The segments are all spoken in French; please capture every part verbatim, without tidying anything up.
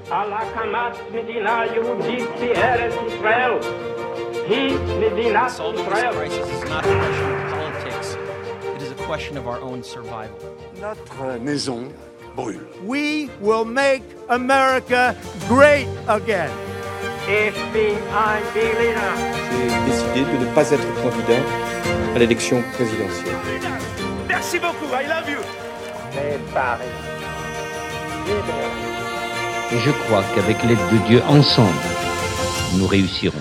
על הקמת מדינה יהודית בארץ ישראל. היא מדינת ישראל. It is a question of our own survival. Notre maison brûle. We will make America great again. Ich bin ein Berliner. J'ai décidé de ne pas être candidat à l'élection présidentielle. Merci beaucoup, I love you. C'est Paris. Libre. Et je crois qu'avec l'aide de Dieu, ensemble, nous réussirons.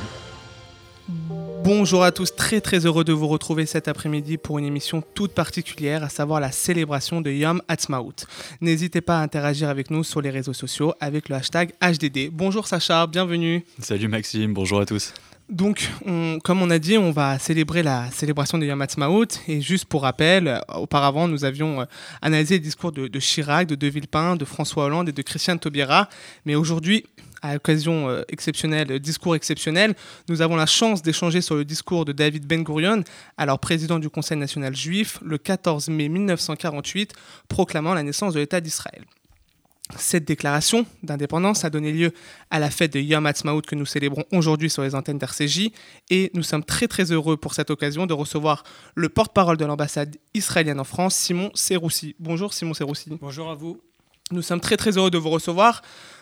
Bonjour à tous, très très heureux de vous retrouver cet après-midi pour une émission toute particulière, à savoir la célébration de Yom Ha'atzmaut. N'hésitez pas à interagir avec nous sur les réseaux sociaux avec le hashtag H D D. Bonjour Sacha, bienvenue. Salut Maxime, bonjour à tous. Donc, on, comme on a dit, on va célébrer la célébration de Yom Ha'atzmaut. Et juste pour rappel, euh, auparavant, nous avions euh, analysé les discours de, de Chirac, de De Villepin, de François Hollande et de Christiane Taubira. Mais aujourd'hui, à l'occasion euh, exceptionnelle, euh, discours exceptionnel, nous avons la chance d'échanger sur le discours de David Ben Gourion, alors président du Conseil national juif, le quatorze mai mille neuf cent quarante-huit, proclamant la naissance de l'État d'Israël. Cette déclaration d'indépendance a donné lieu à la fête de Yom Ha'atzmaut que nous célébrons aujourd'hui sur les antennes d'R C J, et nous sommes très très heureux pour cette occasion de recevoir le porte-parole de l'ambassade israélienne en France, Simon Seroussi. Bonjour Simon Seroussi. Bonjour à vous. Nous sommes très très heureux de vous recevoir.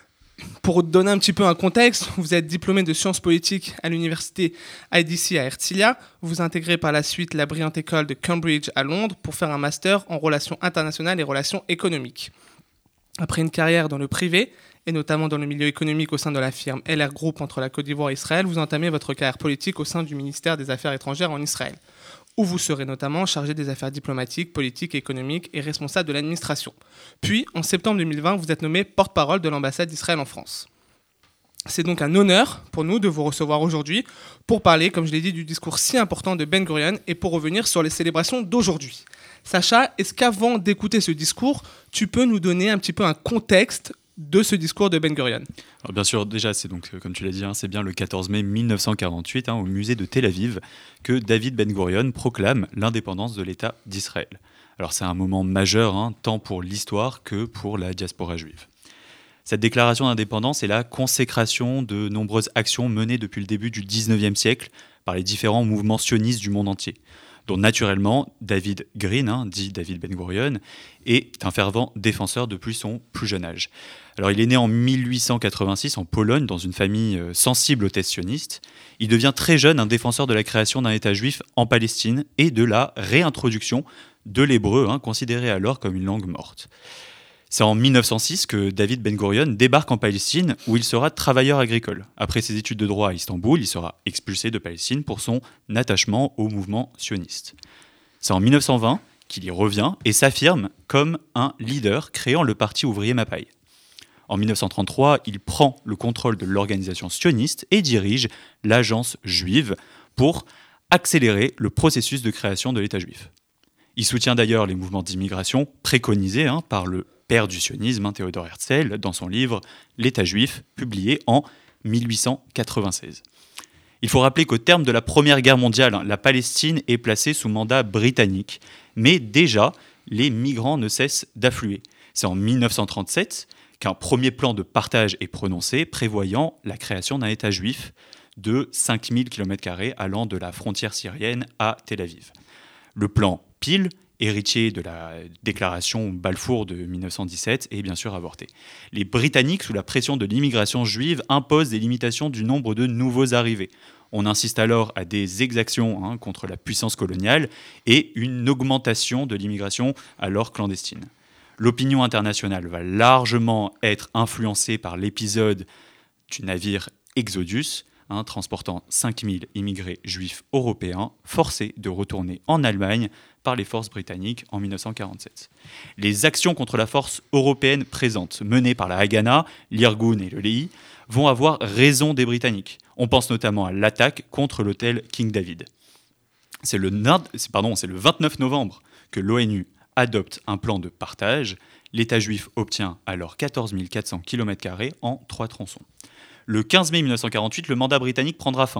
Pour donner un petit peu un contexte, vous êtes diplômé de sciences politiques à l'université I D C à Herzliya. Vous intégrez par la suite la brillante école de Cambridge à Londres pour faire un master en relations internationales et relations économiques. Après une carrière dans le privé, et notamment dans le milieu économique au sein de la firme L R Group entre la Côte d'Ivoire et Israël, vous entamez votre carrière politique au sein du ministère des Affaires étrangères en Israël, où vous serez notamment chargé des affaires diplomatiques, politiques et économiques et responsable de l'administration. Puis, en septembre deux mille vingt, vous êtes nommé porte-parole de l'ambassade d'Israël en France. C'est donc un honneur pour nous de vous recevoir aujourd'hui pour parler, comme je l'ai dit, du discours si important de Ben Gourion et pour revenir sur les célébrations d'aujourd'hui. Sacha, est-ce qu'avant d'écouter ce discours, tu peux nous donner un petit peu un contexte de ce discours de Ben Gourion ? Alors bien sûr, déjà, c'est donc, comme tu l'as dit, hein, c'est bien le quatorze mai mille neuf cent quarante-huit, hein, au musée de Tel Aviv, que David Ben Gourion proclame l'indépendance de l'État d'Israël. Alors c'est un moment majeur, hein, tant pour l'histoire que pour la diaspora juive. Cette déclaration d'indépendance est la consécration de nombreuses actions menées depuis le début du dix-neuvième siècle par les différents mouvements sionistes du monde entier, dont naturellement David Green, hein, dit David Ben Gourion, est un fervent défenseur depuis son plus jeune âge. Alors il est né en mille huit cent quatre-vingt-six en Pologne, dans une famille sensible aux thèses sionistes. Il devient très jeune un défenseur de la création d'un État juif en Palestine et de la réintroduction de l'hébreu, hein, considéré alors comme une langue morte. C'est en mille neuf cent six que David Ben Gourion débarque en Palestine, où il sera travailleur agricole. Après ses études de droit à Istanbul, il sera expulsé de Palestine pour son attachement au mouvement sioniste. C'est en mille neuf cent vingt qu'il y revient et s'affirme comme un leader, créant le Parti ouvrier Mapai. En mille neuf cent trente-trois, il prend le contrôle de l'organisation sioniste et dirige l'agence juive pour accélérer le processus de création de l'État juif. Il soutient d'ailleurs les mouvements d'immigration préconisés hein, par le père du sionisme, Théodore Herzl, dans son livre « L'État juif », publié en mille huit cent quatre-vingt-seize. Il faut rappeler qu'au terme de la Première Guerre mondiale, la Palestine est placée sous mandat britannique, mais déjà, les migrants ne cessent d'affluer. C'est en mille neuf cent trente-sept qu'un premier plan de partage est prononcé, prévoyant la création d'un État juif de cinq mille kilomètres carrés allant de la frontière syrienne à Tel Aviv. Le plan Peel, héritier de la déclaration Balfour de mille neuf cent dix-sept, est bien sûr avorté. Les Britanniques, sous la pression de l'immigration juive, imposent des limitations du nombre de nouveaux arrivés. On insiste alors à des exactions hein, contre la puissance coloniale et une augmentation de l'immigration alors clandestine. L'opinion internationale va largement être influencée par l'épisode du navire Exodus, hein, transportant cinq mille immigrés juifs européens forcés de retourner en Allemagne par les forces britanniques en mille neuf cent quarante-sept. Les actions contre la force européenne présente, menées par la Haganah, l'Irgun et le Lehi, vont avoir raison des Britanniques. On pense notamment à l'attaque contre l'hôtel King David. C'est le, pardon, c'est le vingt-neuf novembre que l'ONU adopte un plan de partage. L'État juif obtient alors quatorze mille quatre cents kilomètres carrés en trois tronçons. Le quinze mai mille neuf cent quarante-huit, le mandat britannique prendra fin.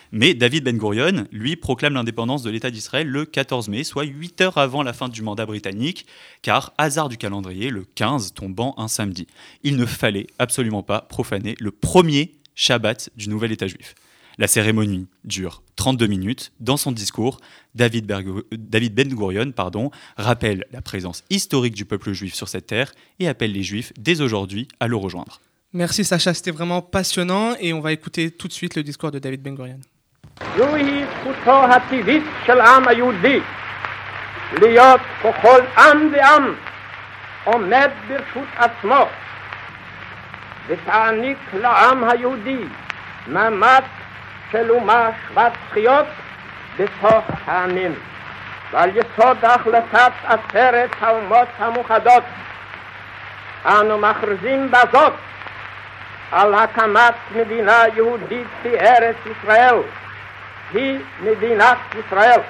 Mais David Ben Gurion, lui, proclame l'indépendance de l'État d'Israël le quatorze mai, soit huit heures avant la fin du mandat britannique, car, hasard du calendrier, le quinze tombant un samedi. Il ne fallait absolument pas profaner le premier Shabbat du nouvel État juif. La cérémonie dure trente-deux minutes. Dans son discours, David, Bergo- David Ben Gurion pardon, rappelle la présence historique du peuple juif sur cette terre et appelle les Juifs dès aujourd'hui à le rejoindre. Merci Sacha, c'était vraiment passionnant et on va écouter tout de suite le discours de David Ben Gurion. זוהי זכותו הטבעית של העם היהודי להיות ככל עם ועם עומד ברשות עצמו ותעניק לעם היהודי מעמד של אומה שוות זכויות בתוך העמים. ועל יסוד החלטת עצרת האומות המאוחדות אנו מכריזים בזאת על הקמת מדינה יהודית בארץ ישראל. היא מדינת ישראל.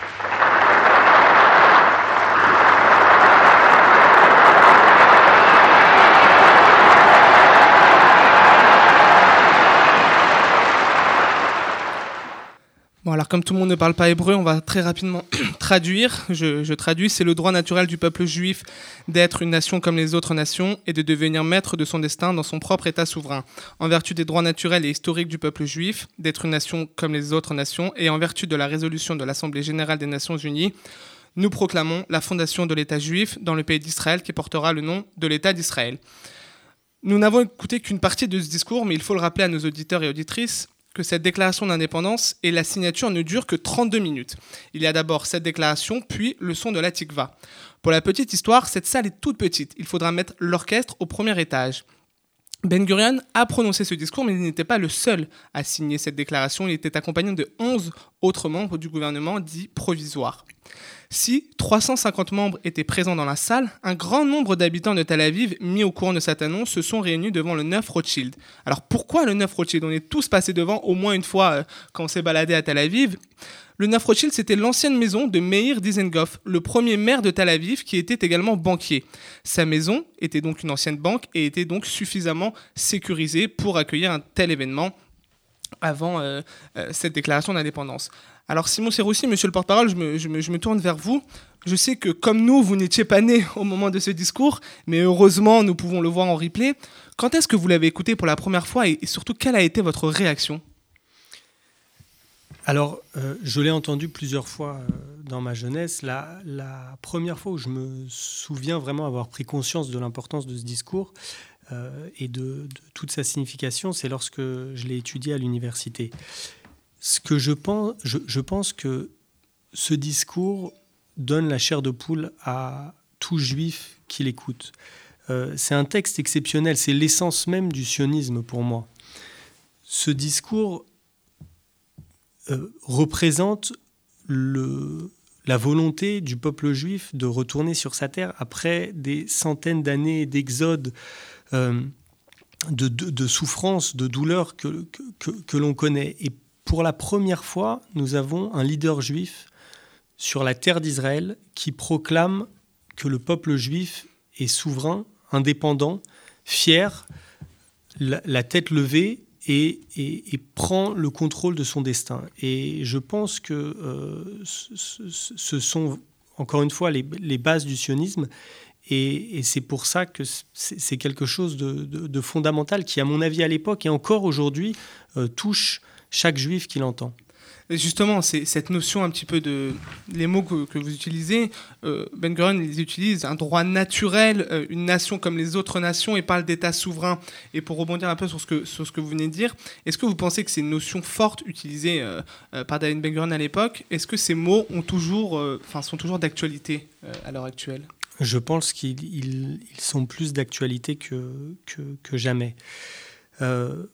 Bon, alors comme tout le monde ne parle pas hébreu, on va très rapidement traduire. Je, je traduis, c'est le droit naturel du peuple juif d'être une nation comme les autres nations et de devenir maître de son destin dans son propre État souverain. En vertu des droits naturels et historiques du peuple juif, d'être une nation comme les autres nations et en vertu de la résolution de l'Assemblée générale des Nations unies, nous proclamons la fondation de l'État juif dans le pays d'Israël qui portera le nom de l'État d'Israël. Nous n'avons écouté qu'une partie de ce discours, mais il faut le rappeler à nos auditeurs et auditrices que cette déclaration d'indépendance et la signature ne durent que trente-deux minutes. Il y a d'abord cette déclaration, puis le son de la tikva. Pour la petite histoire, cette salle est toute petite. Il faudra mettre l'orchestre au premier étage. Ben Gurion a prononcé ce discours, mais il n'était pas le seul à signer cette déclaration. Il était accompagné de onze autres membres du gouvernement dit provisoire. Si trois cent cinquante membres étaient présents dans la salle, un grand nombre d'habitants de Tel Aviv, mis au courant de cette annonce, se sont réunis devant le neuf Rothschild. Alors pourquoi le neuf Rothschild ? On est tous passés devant au moins une fois euh, quand on s'est baladé à Tel Aviv. Le neuf Rothschild, c'était l'ancienne maison de Meir Dizengoff, le premier maire de Tel Aviv qui était également banquier. Sa maison était donc une ancienne banque et était donc suffisamment sécurisée pour accueillir un tel événement avant euh, euh, cette déclaration d'indépendance. Alors Simon Seroussi, monsieur le porte-parole, je me, je, me, je me tourne vers vous. Je sais que comme nous, vous n'étiez pas né au moment de ce discours, mais heureusement, nous pouvons le voir en replay. Quand est-ce que vous l'avez écouté pour la première fois et, et surtout, quelle a été votre réaction ? Alors, euh, je l'ai entendu plusieurs fois euh, dans ma jeunesse. La, la première fois où je me souviens vraiment avoir pris conscience de l'importance de ce discours euh, et de, de toute sa signification, c'est lorsque je l'ai étudié à l'université. Ce que je pense, je, je pense que ce discours donne la chair de poule à tout juif qui l'écoute. Euh, c'est un texte exceptionnel, c'est l'essence même du sionisme pour moi. Ce discours euh, représente le, la volonté du peuple juif de retourner sur sa terre après des centaines d'années d'exode, euh, de, de, de souffrance, de douleur que, que, que, que l'on connaît. Et pour la première fois, nous avons un leader juif sur la terre d'Israël qui proclame que le peuple juif est souverain, indépendant, fier, la, la tête levée et, et, et prend le contrôle de son destin. Et je pense que euh, ce, ce sont, encore une fois, les, les bases du sionisme. Et, et c'est pour ça que c'est, c'est quelque chose de, de, de fondamental qui, à mon avis, à l'époque et encore aujourd'hui, euh, touche chaque juif qui l'entend. Et justement, c'est cette notion un petit peu de... Les mots que, que vous utilisez, euh, Ben Gurion les utilise, un droit naturel, euh, une nation comme les autres nations, et parle d'État souverain. Et pour rebondir un peu sur ce que, sur ce que vous venez de dire, est-ce que vous pensez que ces notions fortes utilisées euh, euh, par David Ben Gurion à l'époque, est-ce que ces mots ont toujours, euh, enfin, sont toujours d'actualité euh, à l'heure actuelle ? Je pense qu'ils ils, ils sont plus d'actualité que, que, que jamais. Euh,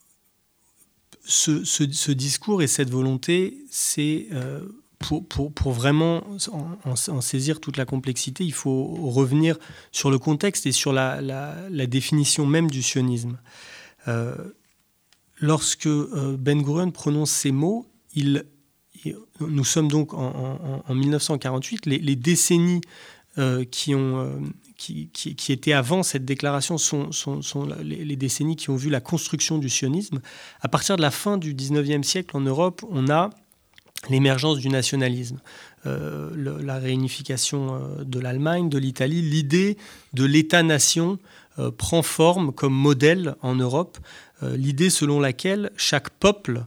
Ce, ce, ce discours et cette volonté, c'est euh, pour, pour, pour vraiment en, en, en saisir toute la complexité, il faut revenir sur le contexte et sur la, la, la définition même du sionisme. Euh, lorsque euh, Ben Gurion prononce ces mots, il, il, nous sommes donc en, en, en mille neuf cent quarante-huit, les, les décennies euh, qui ont... Euh, Qui, qui, qui étaient avant cette déclaration sont, sont, sont les, les décennies qui ont vu la construction du sionisme. À partir de la fin du dix-neuvième siècle, en Europe, on a l'émergence du nationalisme, euh, le, la réunification euh, de l'Allemagne, de l'Italie. L'idée de l'État-nation euh, prend forme comme modèle en Europe, euh, l'idée selon laquelle chaque peuple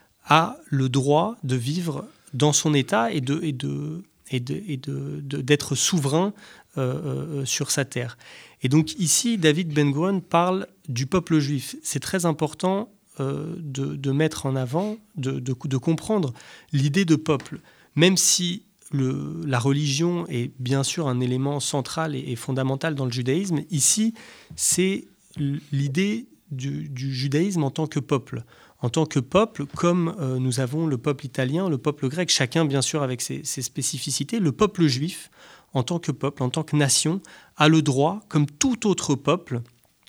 a le droit de vivre dans son État et, de, et, de, et, de, et de, de, d'être souverain Euh, euh, sur sa terre. Et donc ici, David Ben-Gurion parle du peuple juif. C'est très important euh, de, de mettre en avant, de, de, de comprendre l'idée de peuple. Même si le, la religion est bien sûr un élément central et, et fondamental dans le judaïsme, ici, c'est l'idée du, du judaïsme en tant que peuple. En tant que peuple, comme euh, nous avons le peuple italien, le peuple grec, chacun bien sûr avec ses, ses spécificités, le peuple juif, en tant que peuple, en tant que nation, a le droit, comme tout autre peuple,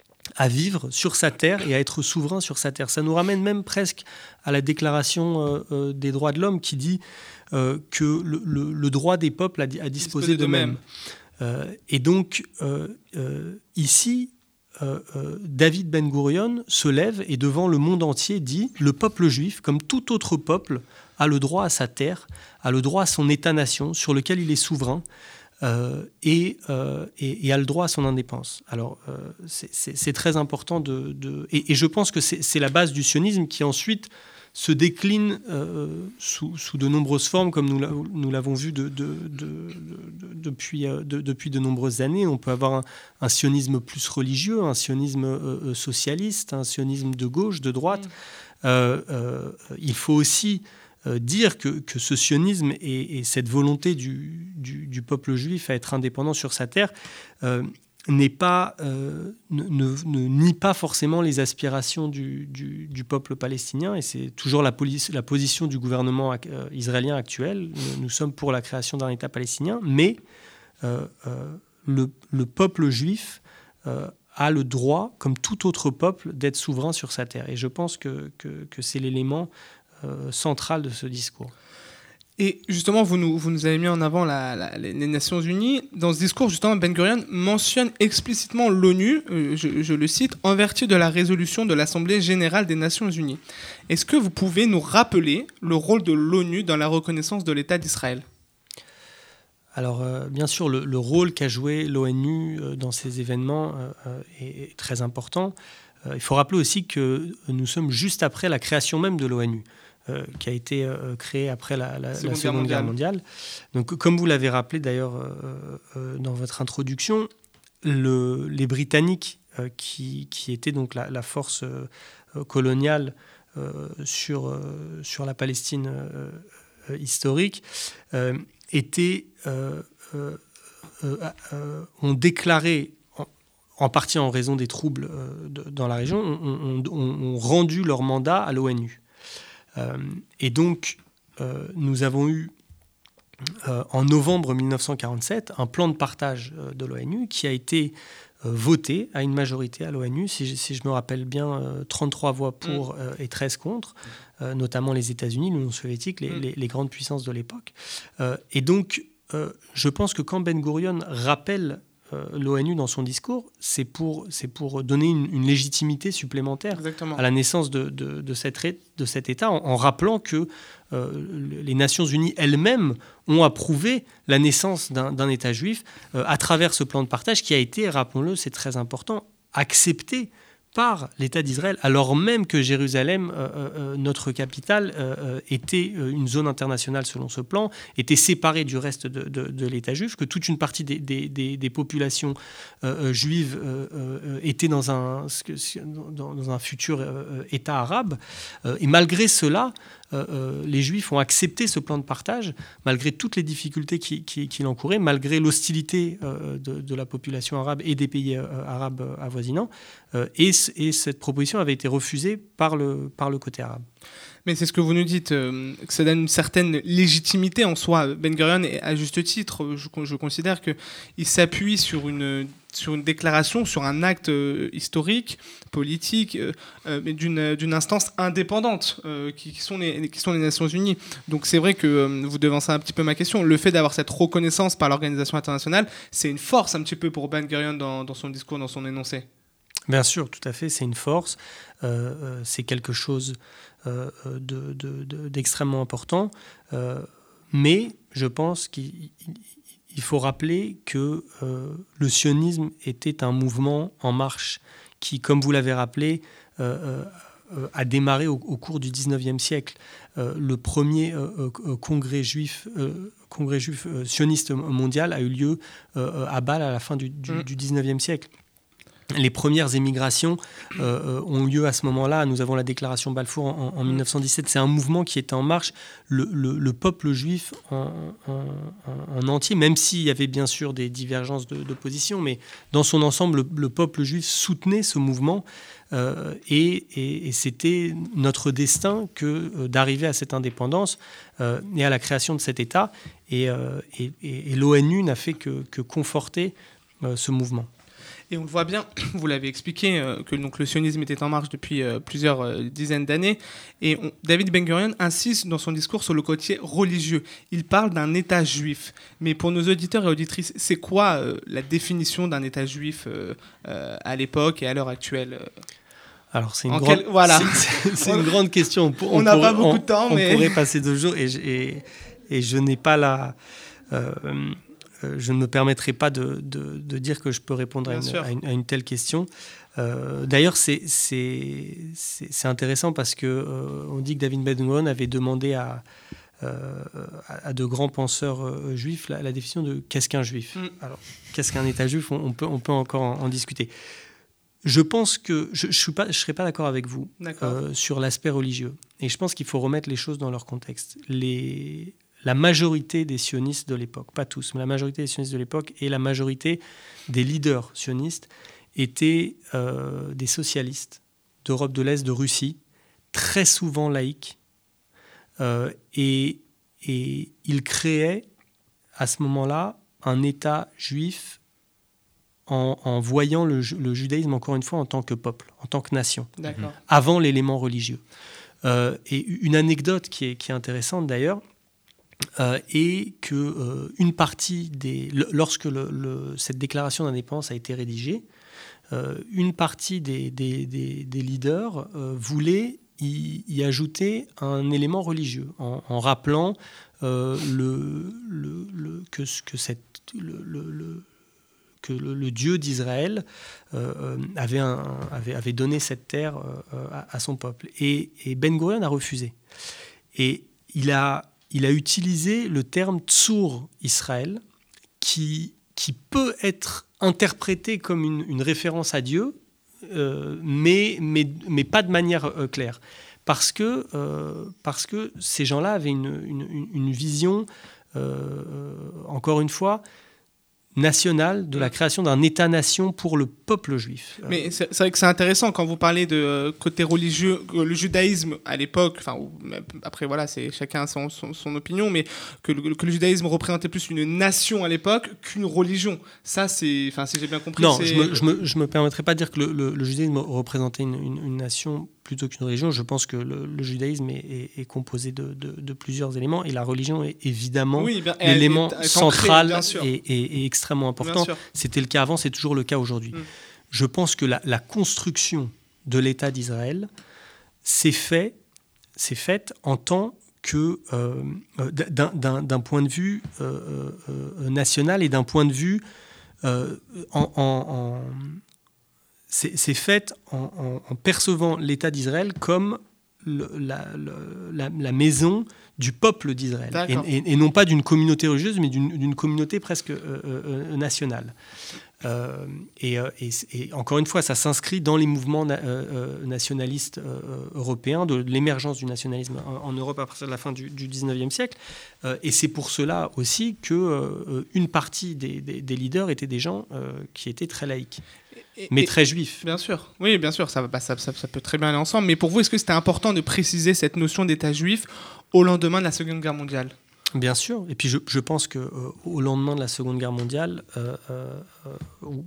à vivre sur sa terre et à être souverain sur sa terre. Ça nous ramène même presque à la déclaration euh, euh, des droits de l'homme qui dit euh, que le, le, le droit des peuples à, à disposer d'eux-mêmes. Euh, et donc, euh, euh, ici, euh, euh, David Ben-Gurion se lève et devant le monde entier dit « Le peuple juif, comme tout autre peuple, a le droit à sa terre, a le droit à son État-nation sur lequel il est souverain. » Euh, et, euh, et, et a le droit à son indépendance. Alors, euh, c'est, c'est, c'est très important de... de et, et je pense que c'est, c'est la base du sionisme qui ensuite se décline euh, sous, sous de nombreuses formes, comme nous, l'a, nous l'avons vu de, de, de, de, de, depuis, de, depuis de nombreuses années. On peut avoir un, un sionisme plus religieux, un sionisme euh, socialiste, un sionisme de gauche, de droite. Mmh. Euh, euh, il faut aussi... Euh, dire que, que ce sionisme et, et cette volonté du, du, du peuple juif à être indépendant sur sa terre euh, n'est pas, euh, ne, ne, ne nie pas forcément les aspirations du, du, du peuple palestinien, et c'est toujours la, police, la position du gouvernement euh, israélien actuel. Nous, nous sommes pour la création d'un État palestinien, mais euh, euh, le, le peuple juif euh, a le droit, comme tout autre peuple, d'être souverain sur sa terre. Et je pense que, que, que c'est l'élément Euh, centrale de ce discours. Et justement, vous nous, vous nous avez mis en avant la, la, les Nations Unies. Dans ce discours, justement, Ben-Gurion mentionne explicitement l'ONU, euh, je, je le cite, en vertu de la résolution de l'Assemblée générale des Nations Unies. Est-ce que vous pouvez nous rappeler le rôle de l'ONU dans la reconnaissance de l'État d'Israël ? Alors, euh, bien sûr, le, le rôle qu'a joué l'ONU euh, dans ces événements euh, est, est très important. Euh, il faut rappeler aussi que nous sommes juste après la création même de l'ONU. Euh, qui a été euh, créé après la, la, Seconde, la Seconde Guerre mondiale. mondiale. Donc, comme vous l'avez rappelé d'ailleurs euh, euh, dans votre introduction, le, les Britanniques, euh, qui, qui étaient donc la, la force euh, coloniale euh, sur, euh, sur la Palestine euh, euh, historique, euh, étaient, euh, euh, euh, euh, ont déclaré, en, en partie en raison des troubles euh, de, dans la région, ont, ont, ont rendu leur mandat à l'ONU. Euh, et donc, euh, nous avons eu, euh, en novembre dix-neuf cent quarante-sept, un plan de partage euh, de l'ONU qui a été euh, voté à une majorité à l'ONU, si je, si je me rappelle bien, euh, trente-trois voix pour euh, et treize contre, euh, notamment les États-Unis, l'Union soviétique, les, les, les grandes puissances de l'époque. Euh, et donc, euh, je pense que quand Ben-Gurion rappelle Euh, l'ONU dans son discours, c'est pour, c'est pour donner une, une légitimité supplémentaire Exactement. à la naissance de, de, de, cette, de cet État, en, en rappelant que euh, les Nations Unies elles-mêmes ont approuvé la naissance d'un, d'un État juif euh, à travers ce plan de partage qui a été, rappelons-le, c'est très important, accepté par l'État d'Israël, alors même que Jérusalem, euh, euh, notre capitale, euh, était une zone internationale selon ce plan, était séparée du reste de, de, de l'État juif, que toute une partie des, des, des, des populations euh, juives euh, euh, étaient dans un, dans, dans un futur euh, État arabe. Euh, et malgré cela, euh, euh, les Juifs ont accepté ce plan de partage, malgré toutes les difficultés qu'il qui, qui encouraient, malgré l'hostilité euh, de, de la population arabe et des pays euh, arabes avoisinants. Euh, et et cette proposition avait été refusée par le, par le côté arabe. Mais c'est ce que vous nous dites, euh, que ça donne une certaine légitimité en soi. Ben Gurion, à juste titre, je, je considère qu'il s'appuie sur une, sur une déclaration, sur un acte euh, historique, politique, euh, euh, mais d'une, d'une instance indépendante, euh, qui, qui, sont les, qui sont les Nations Unies. Donc c'est vrai que euh, vous devancez un petit peu ma question. Le fait d'avoir cette reconnaissance par l'organisation internationale, c'est une force un petit peu pour Ben Gurion dans, dans son discours, dans son énoncé. Bien sûr, tout à fait, c'est une force. Euh, euh, c'est quelque chose euh, de, de, de, d'extrêmement important. Euh, mais je pense qu'il il faut rappeler que euh, le sionisme était un mouvement en marche qui, comme vous l'avez rappelé, euh, euh, a démarré au, au cours du dix-neuvième siècle. Euh, le premier euh, euh, congrès juif, euh, congrès juif euh, sioniste mondial a eu lieu euh, à Bâle à la fin du, du, du dix-neuvième siècle. Les premières émigrations euh, ont lieu à ce moment-là. Nous avons la déclaration Balfour en, en dix-neuf cent dix-sept. C'est un mouvement qui était en marche. Le, le, le peuple juif en, en, en entier, même s'il y avait bien sûr des divergences de, de position, mais dans son ensemble, le, le peuple juif soutenait ce mouvement. Euh, et, et, et c'était notre destin que euh, d'arriver à cette indépendance euh, et à la création de cet État. Et, euh, et, et, et l'ONU n'a fait que, que conforter euh, ce mouvement. Et on le voit bien, vous l'avez expliqué, euh, que donc, le sionisme était en marche depuis euh, plusieurs euh, dizaines d'années. Et on, David Ben Gurion insiste dans son discours sur le côté religieux. Il parle d'un État juif. Mais pour nos auditeurs et auditrices, c'est quoi euh, la définition d'un État juif euh, euh, à l'époque et à l'heure actuelle euh Alors, c'est une, en grande, quel... voilà. c'est, c'est une grande question. On, on n'a pas beaucoup de temps, on, mais... On pourrait passer deux jours et, et, et je n'ai pas la... Euh, je ne me permettrai pas de, de, de dire que je peux répondre à une, à, une, à une telle question. Euh, d'ailleurs, c'est, c'est, c'est, c'est intéressant parce qu'on euh, dit que David Ben Gurion avait demandé à, euh, à de grands penseurs euh, juifs la, la définition de qu'est-ce qu'un juif. Mm. Alors, qu'est-ce qu'un État juif, on, on, peut, on peut encore en, en discuter. Je pense que je ne serai pas d'accord avec vous euh, sur l'aspect religieux. Et je pense qu'il faut remettre les choses dans leur contexte. Les... La majorité des sionistes de l'époque, pas tous, mais la majorité des sionistes de l'époque et la majorité des leaders sionistes étaient euh, des socialistes d'Europe de l'Est, de Russie, très souvent laïcs. Euh, et, et ils créaient à ce moment-là un État juif en, en voyant le, le judaïsme, encore une fois, en tant que peuple, en tant que nation, D'accord. avant l'élément religieux. Euh, et une anecdote qui est, qui est intéressante d'ailleurs, Euh, et que euh, une partie des le, lorsque le, le, cette déclaration d'indépendance a été rédigée, euh, une partie des, des, des, des leaders euh, voulait y, y ajouter un élément religieux en, en rappelant euh, le, le, le, que, que, cette, le, le, le, que le, le Dieu d'Israël euh, avait, un, avait, avait donné cette terre euh, à, à son peuple. Et, et Ben Gurion a refusé. Et il a Il a utilisé le terme Tzur Israël, qui, qui peut être interprété comme une, une référence à Dieu, euh, mais, mais, mais pas de manière euh, claire. Parce que, euh, parce que ces gens-là avaient une, une, une vision, euh, encore une fois, nationale de la création d'un État-nation pour le peuple juif. Mais c'est, c'est vrai que c'est intéressant quand vous parlez de euh, côté religieux, le judaïsme à l'époque, enfin après voilà, c'est chacun a son, son, son opinion, mais que le, que le judaïsme représentait plus une nation à l'époque qu'une religion. Ça, c'est, enfin si j'ai bien compris. Non, c'est... je me, je me, je me permettrai pas de dire que le, le, le judaïsme représentait une, une, une nation plutôt qu'une religion. Je pense que le, le judaïsme est, est, est composé de, de, de plusieurs éléments et la religion est évidemment oui, bien, l'élément est, est central ancrée, et, et, et extrêmement important. C'était le cas avant, c'est toujours le cas aujourd'hui. Mm. Je pense que la, la construction de l'État d'Israël s'est fait, s'est faite en tant que euh, d'un, d'un, d'un point de vue euh, euh, national et d'un point de vue euh, en, en, en c'est, c'est fait en, en, en percevant l'État d'Israël comme le, la, le, la, la maison du peuple d'Israël et, et, et non pas d'une communauté religieuse mais d'une, d'une communauté presque euh, euh, nationale. Euh, et, et, et encore une fois, ça s'inscrit dans les mouvements na- euh, nationalistes euh, européens, de, de l'émergence du nationalisme en, en Europe à partir de la fin du, du dix-neuvième siècle. Euh, et c'est pour cela aussi qu'une euh, partie des, des, des leaders étaient des gens euh, qui étaient très laïcs, et, mais et, très juifs. Bien sûr, oui, bien sûr, ça, bah, ça, ça, ça peut très bien aller ensemble. Mais pour vous, est-ce que c'était important de préciser cette notion d'État juif au lendemain de la Seconde Guerre mondiale ? Bien sûr. Et puis je, je pense qu'au euh, lendemain de la Seconde Guerre mondiale, euh, euh, ou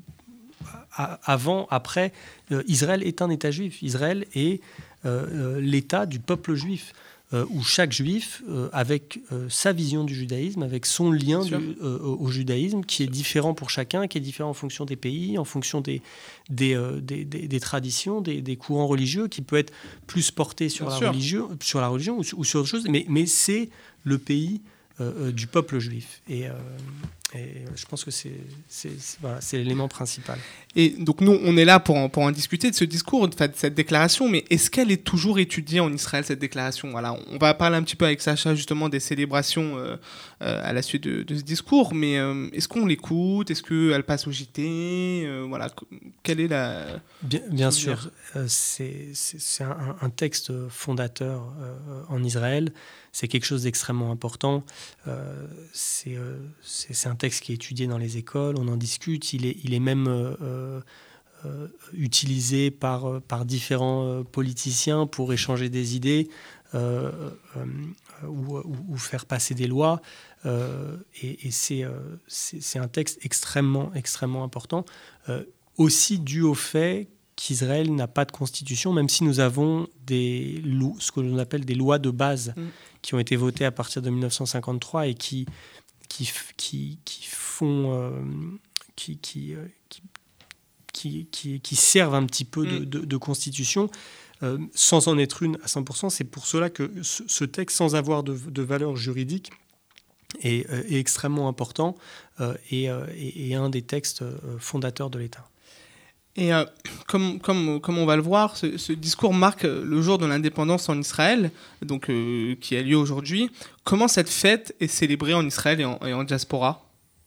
à, avant, après, euh, Israël est un État juif. Israël est euh, l'État du peuple juif, euh, où chaque juif, euh, avec euh, sa vision du judaïsme, avec son lien du, euh, au judaïsme, qui est différent pour chacun, qui est différent en fonction des pays, en fonction des, des, euh, des, des, des traditions, des, des courants religieux, qui peut être plus porté sur, la religion, sur la religion ou, ou sur autre chose. Mais, mais c'est le pays Euh, euh, du peuple juif. Et, euh, et je pense que c'est, c'est, c'est, voilà, c'est l'élément principal. Et donc nous, on est là pour en, pour en discuter de ce discours, de cette déclaration, mais est-ce qu'elle est toujours étudiée en Israël, cette déclaration ? Voilà, on va parler un petit peu avec Sacha justement des célébrations euh, euh, à la suite de, de ce discours, mais euh, est-ce qu'on l'écoute ? Est-ce qu'elle passe au J T ? euh, Voilà, quelle est la... Bien, bien sûr, euh, c'est, c'est, c'est un, un texte fondateur euh, en Israël. C'est quelque chose d'extrêmement important. Euh, c'est, euh, c'est, c'est un texte qui est étudié dans les écoles, on en discute. Il est, il est même euh, euh, utilisé par, par différents euh, politiciens pour échanger des idées euh, euh, ou, ou, ou faire passer des lois. Euh, et et c'est, euh, c'est, c'est un texte extrêmement, extrêmement important, euh, aussi dû au fait qu'Israël n'a pas de constitution, même si nous avons des lo- ce que l'on appelle des lois de base, mmh. qui ont été votées à partir de dix-neuf cent cinquante-trois et qui, qui, qui, qui font, euh, qui, qui, euh, qui, qui, qui, qui servent un petit peu de, mmh. de, de constitution, euh, sans en être une à cent pour cent. C'est pour cela que ce, ce texte, sans avoir de, de valeur juridique, est, est extrêmement important euh, et, et, et un des textes fondateurs de l'État. Et euh, comme, comme, comme on va le voir, ce, ce discours marque le jour de l'indépendance en Israël, donc, euh, qui a lieu aujourd'hui. Comment cette fête est célébrée en Israël et en, et en diaspora ?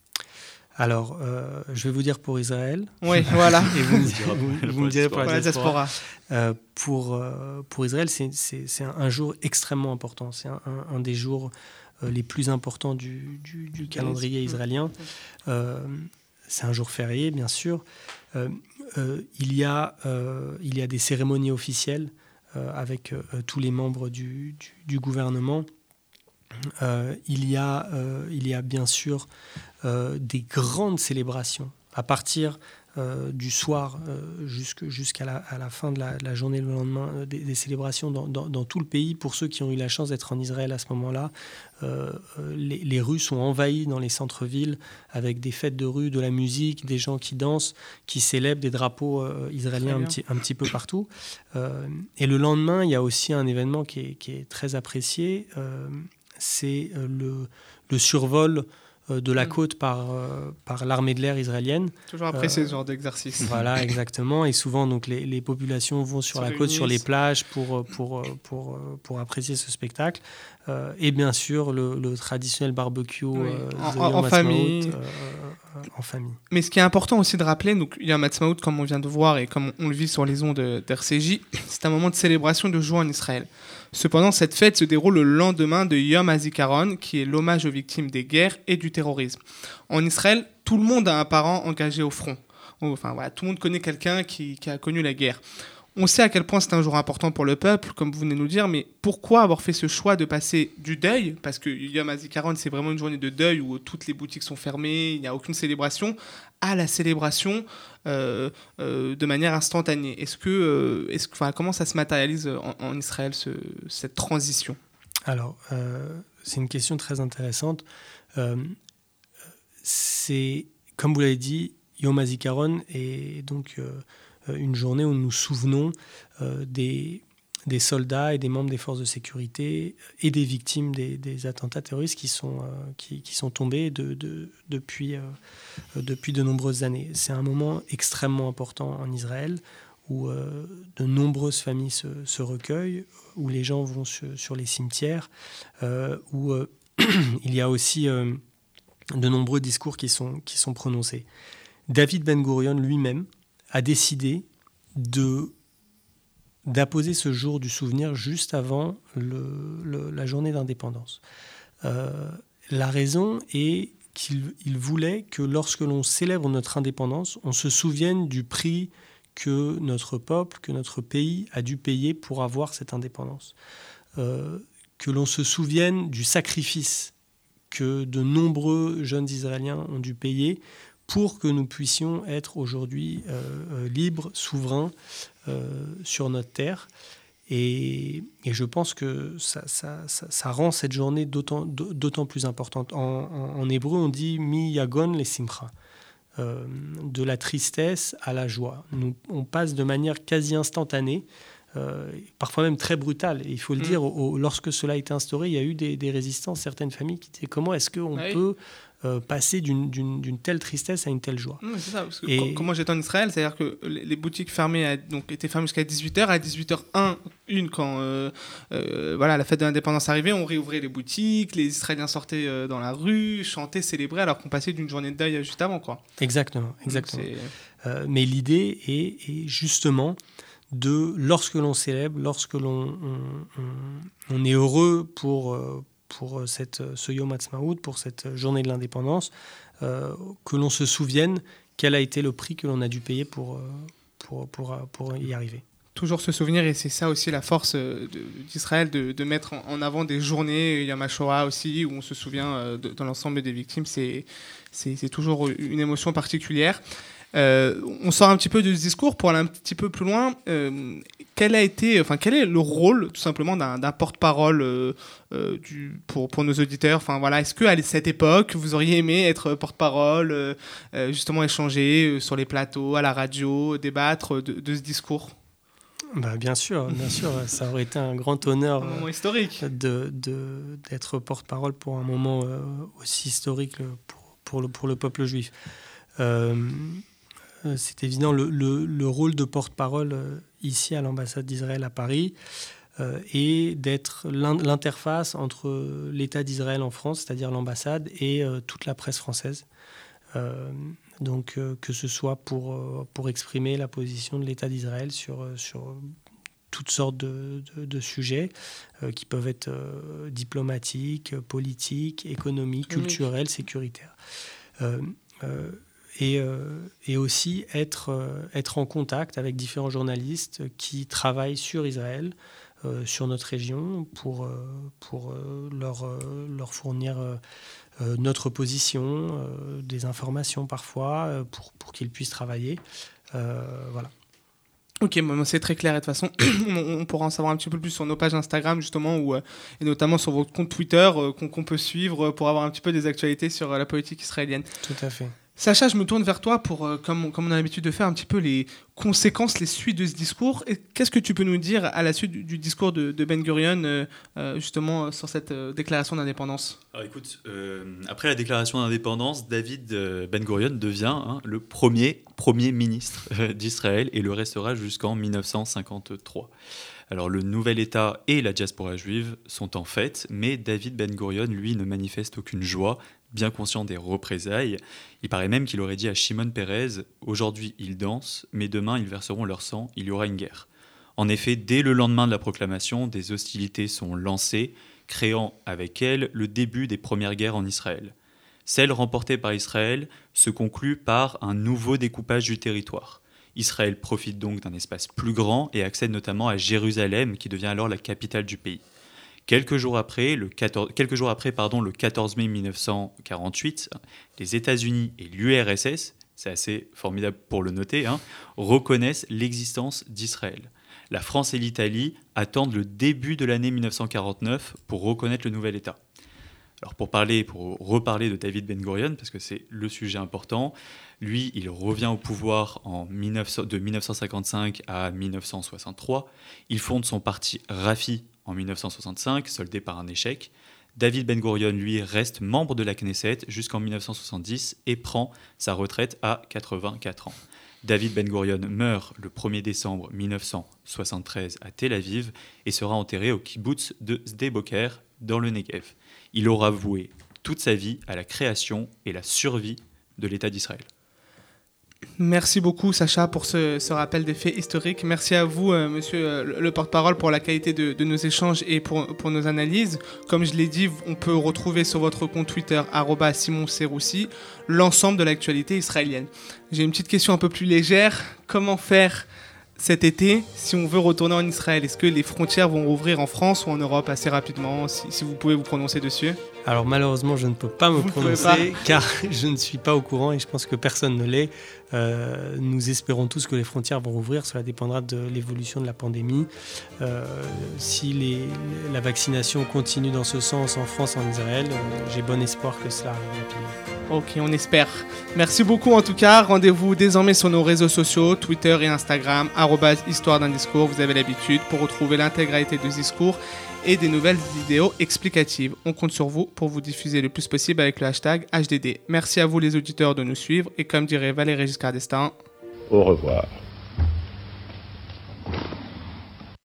Alors, euh, je vais vous dire pour Israël. Oui, voilà. Et vous, vous, vous me direz pour la, pour la diaspora. diaspora. Euh, pour, euh, pour Israël, c'est, c'est, c'est un jour extrêmement important. C'est un, un, un des jours euh, les plus importants du, du, du calendrier israélien. Euh, c'est un jour férié, bien sûr. Euh, euh, il, y a, euh, il y a des cérémonies officielles euh, avec euh, tous les membres du, du, du gouvernement. Euh, il, y a, euh, il y a bien sûr euh, des grandes célébrations à partir euh, du soir euh, jusque, jusqu'à la, à la fin de la, de la journée, le lendemain, euh, des, des célébrations dans, dans, dans tout le pays. Pour ceux qui ont eu la chance d'être en Israël à ce moment-là, euh, les, les rues sont envahies dans les centres-villes avec des fêtes de rue, de la musique, des gens qui dansent, qui célèbrent, des drapeaux euh, israéliens un petit, un petit peu partout. Euh, et le lendemain, il y a aussi un événement qui est, qui est très apprécié. Euh, c'est le, le survol de la côte par, euh, par l'armée de l'air israélienne. Toujours apprécié euh, ce genre d'exercice. Voilà, exactement. Et souvent, donc, les, les populations vont sur la côte, sur les plages, pour, pour, pour, pour apprécier ce spectacle. Euh, et bien sûr, le, le traditionnel barbecue oui. euh, en, en, famille. Euh, euh, en famille. Mais ce qui est important aussi de rappeler, donc, il y a Matzmaout, comme on vient de voir, et comme on le vit sur les ondes d'R C J, c'est un moment de célébration de joie en Israël. Cependant, cette fête se déroule le lendemain de Yom HaZikaron, qui est l'hommage aux victimes des guerres et du terrorisme. En Israël, tout le monde a un parent engagé au front. Enfin, voilà, tout le monde connaît quelqu'un qui, qui a connu la guerre. On sait à quel point c'est un jour important pour le peuple, comme vous venez de nous dire, mais pourquoi avoir fait ce choix de passer du deuil, parce que Yom HaZikaron, c'est vraiment une journée de deuil où toutes les boutiques sont fermées, il n'y a aucune célébration, à la célébration euh, euh, de manière instantanée. Est-ce que, euh, est-ce que, enfin, comment ça se matérialise en, en Israël, ce, cette transition ? Alors, euh, c'est une question très intéressante. Euh, c'est, comme vous l'avez dit, Yom HaZikaron est donc euh, une journée où nous nous souvenons euh, des, des soldats et des membres des forces de sécurité et des victimes des, des attentats terroristes qui sont, euh, qui, qui sont tombés de, de, depuis, euh, depuis de nombreuses années. C'est un moment extrêmement important en Israël où euh, de nombreuses familles se, se recueillent, où les gens vont sur, sur les cimetières, euh, où euh, il y a aussi euh, de nombreux discours qui sont, qui sont prononcés. David Ben Gurion lui-même a décidé de, d'apposer ce jour du souvenir juste avant le, le, la journée d'indépendance. Euh, la raison est qu'il il voulait que lorsque l'on célèbre notre indépendance, on se souvienne du prix que notre peuple, que notre pays a dû payer pour avoir cette indépendance. Euh, que l'on se souvienne du sacrifice que de nombreux jeunes Israéliens ont dû payer pour que nous puissions être aujourd'hui euh, libres, souverains euh, sur notre terre. Et, et je pense que ça, ça, ça, ça rend cette journée d'autant, d'autant plus importante. En, en, en hébreu, on dit « mi yagon le simcha ». Euh, de la tristesse à la joie. Nous, on passe de manière quasi instantanée, euh, parfois même très brutale. Et il faut le mmh. dire, au, au, lorsque cela a été instauré, il y a eu des, des résistances, certaines familles qui disaient comment est-ce qu'on oui. peut euh, passer d'une, d'une, d'une telle tristesse à une telle joie. Mmh, c'est ça, parce que et... quand moi j'étais en Israël, c'est-à-dire que les boutiques fermées à, donc, étaient fermées jusqu'à dix-huit heures. À dix-huit heures un, une, quand euh, euh, voilà, la fête de l'indépendance arrivait, on réouvrait les boutiques, les Israéliens sortaient euh, dans la rue, chantaient, célébraient, alors qu'on passait d'une journée de deuil juste avant, quoi. Exactement, exactement. Euh, mais l'idée est, est justement de, lorsque l'on célèbre, lorsque l'on on, on, on est heureux pour, pour cette, ce Yom Ha'atzmaut, pour cette journée de l'indépendance, euh, que l'on se souvienne quel a été le prix que l'on a dû payer pour, pour, pour, pour y arriver. Toujours se souvenir, et c'est ça aussi la force de, d'Israël, de, de mettre en avant des journées, Yom HaShoah aussi, où on se souvient de, dans l'ensemble des victimes, c'est, c'est, c'est toujours une émotion particulière. Euh, on sort un petit peu de ce discours pour aller un petit peu plus loin. Euh, quel a été, enfin, quel est le rôle, tout simplement, d'un, d'un porte-parole euh, euh, du, pour, pour nos auditeurs? Enfin, voilà, est-ce qu'à cette époque, vous auriez aimé être porte-parole, euh, justement échanger sur les plateaux, à la radio, débattre de, de ce discours? Bah, bien sûr, bien sûr, ça aurait été un grand honneur un moment historique. De, de, d'être porte-parole pour un moment euh, aussi historique pour, pour, le, pour le peuple juif. Euh, c'est évident, le, le, le rôle de porte-parole euh, ici à l'ambassade d'Israël à Paris euh, est d'être l'interface entre l'État d'Israël en France, c'est-à-dire l'ambassade, et euh, toute la presse française. Euh, donc euh, que ce soit pour, euh, pour exprimer la position de l'État d'Israël sur, sur toutes sortes de, de, de sujets euh, qui peuvent être euh, diplomatiques, politiques, économiques, oui. culturels, sécuritaires. Euh, euh, et, euh, et aussi être, euh, être en contact avec différents journalistes qui travaillent sur Israël, euh, sur notre région, pour, euh, pour euh, leur, euh, leur fournir euh, Euh, notre position, euh, des informations parfois, euh, pour, pour qu'ils puissent travailler. Euh, voilà. Ok, bon, c'est très clair. Et de toute façon, on, on pourra en savoir un petit peu plus sur nos pages Instagram, justement, où, euh, et notamment sur votre compte Twitter, euh, qu'on, qu'on peut suivre pour avoir un petit peu des actualités sur euh, la politique israélienne. Tout à fait. Sacha, je me tourne vers toi pour, euh, comme, comme on a l'habitude de faire, un petit peu les conséquences, les suites de ce discours. Et qu'est-ce que tu peux nous dire à la suite du, du discours de, de Ben Gurion, euh, euh, justement, sur cette euh, déclaration d'indépendance? Alors écoute, euh, après la déclaration d'indépendance, David euh, Ben Gurion devient hein, le premier Premier ministre euh, d'Israël et le restera jusqu'en dix-neuf cent cinquante-trois. Alors le nouvel État et la diaspora juive sont en fête, mais David Ben Gurion, lui, ne manifeste aucune joie, bien conscient des représailles. Il paraît même qu'il aurait dit à Shimon Peres « Aujourd'hui, ils dansent, mais demain, ils verseront leur sang, il y aura une guerre ». En effet, dès le lendemain de la proclamation, des hostilités sont lancées, créant avec elles le début des premières guerres en Israël. Celle remportée par Israël se conclut par un nouveau découpage du territoire. Israël profite donc d'un espace plus grand et accède notamment à Jérusalem, qui devient alors la capitale du pays. Quelques jours après, le, quatorze, quelques jours après pardon, le quatorze mai mille neuf cent quarante-huit, les États-Unis et l'U R S S, c'est assez formidable pour le noter, hein, reconnaissent l'existence d'Israël. La France et l'Italie attendent le début de l'année mille neuf cent quarante-neuf pour reconnaître le nouvel État. Alors pour, parler, pour reparler de David Ben Gurion, parce que c'est le sujet important, lui, il revient au pouvoir en dix-neuf cents, de dix-neuf cent cinquante-cinq à dix-neuf cent soixante-trois. Il fonde son parti Rafi en dix-neuf cent soixante-cinq, soldé par un échec. David Ben Gurion, lui, reste membre de la Knesset jusqu'en dix-neuf cent soixante-dix et prend sa retraite à quatre-vingt-quatre ans. David Ben Gurion meurt le premier décembre mille neuf cent soixante-treize à Tel Aviv et sera enterré au kibboutz de Sde Boker dans le Negev. Il aura voué toute sa vie à la création et la survie de l'État d'Israël. Merci beaucoup Sacha pour ce, ce rappel des faits historiques. Merci à vous euh, monsieur euh, le, le porte-parole pour la qualité de, de nos échanges et pour, pour nos analyses. Comme je l'ai dit, on peut retrouver sur votre compte Twitter arobase Simon Seroussi l'ensemble de l'actualité israélienne. J'ai une petite question un peu plus légère. Comment faire cet été si on veut retourner en Israël? Est-ce que les frontières vont rouvrir en France ou en Europe assez rapidement, si, si vous pouvez vous prononcer dessus? Alors malheureusement, je ne peux pas me Vous prononcer pas. car je ne suis pas au courant et je pense que personne ne l'est. Euh, nous espérons tous que les frontières vont rouvrir. Cela dépendra de l'évolution de la pandémie. Euh, si les, la vaccination continue dans ce sens en France, en Israël, euh, j'ai bon espoir que cela arrive rapidement. Ok, on espère. Merci beaucoup en tout cas. Rendez-vous désormais sur nos réseaux sociaux, Twitter et Instagram, arobase Histoire d'un discours. Vous avez l'habitude pour retrouver l'intégralité de ce discours et des nouvelles vidéos explicatives. On compte sur vous pour vous diffuser le plus possible avec le hashtag H D D. Merci à vous les auditeurs de nous suivre et comme dirait Valéry Giscard d'Estaing, au revoir.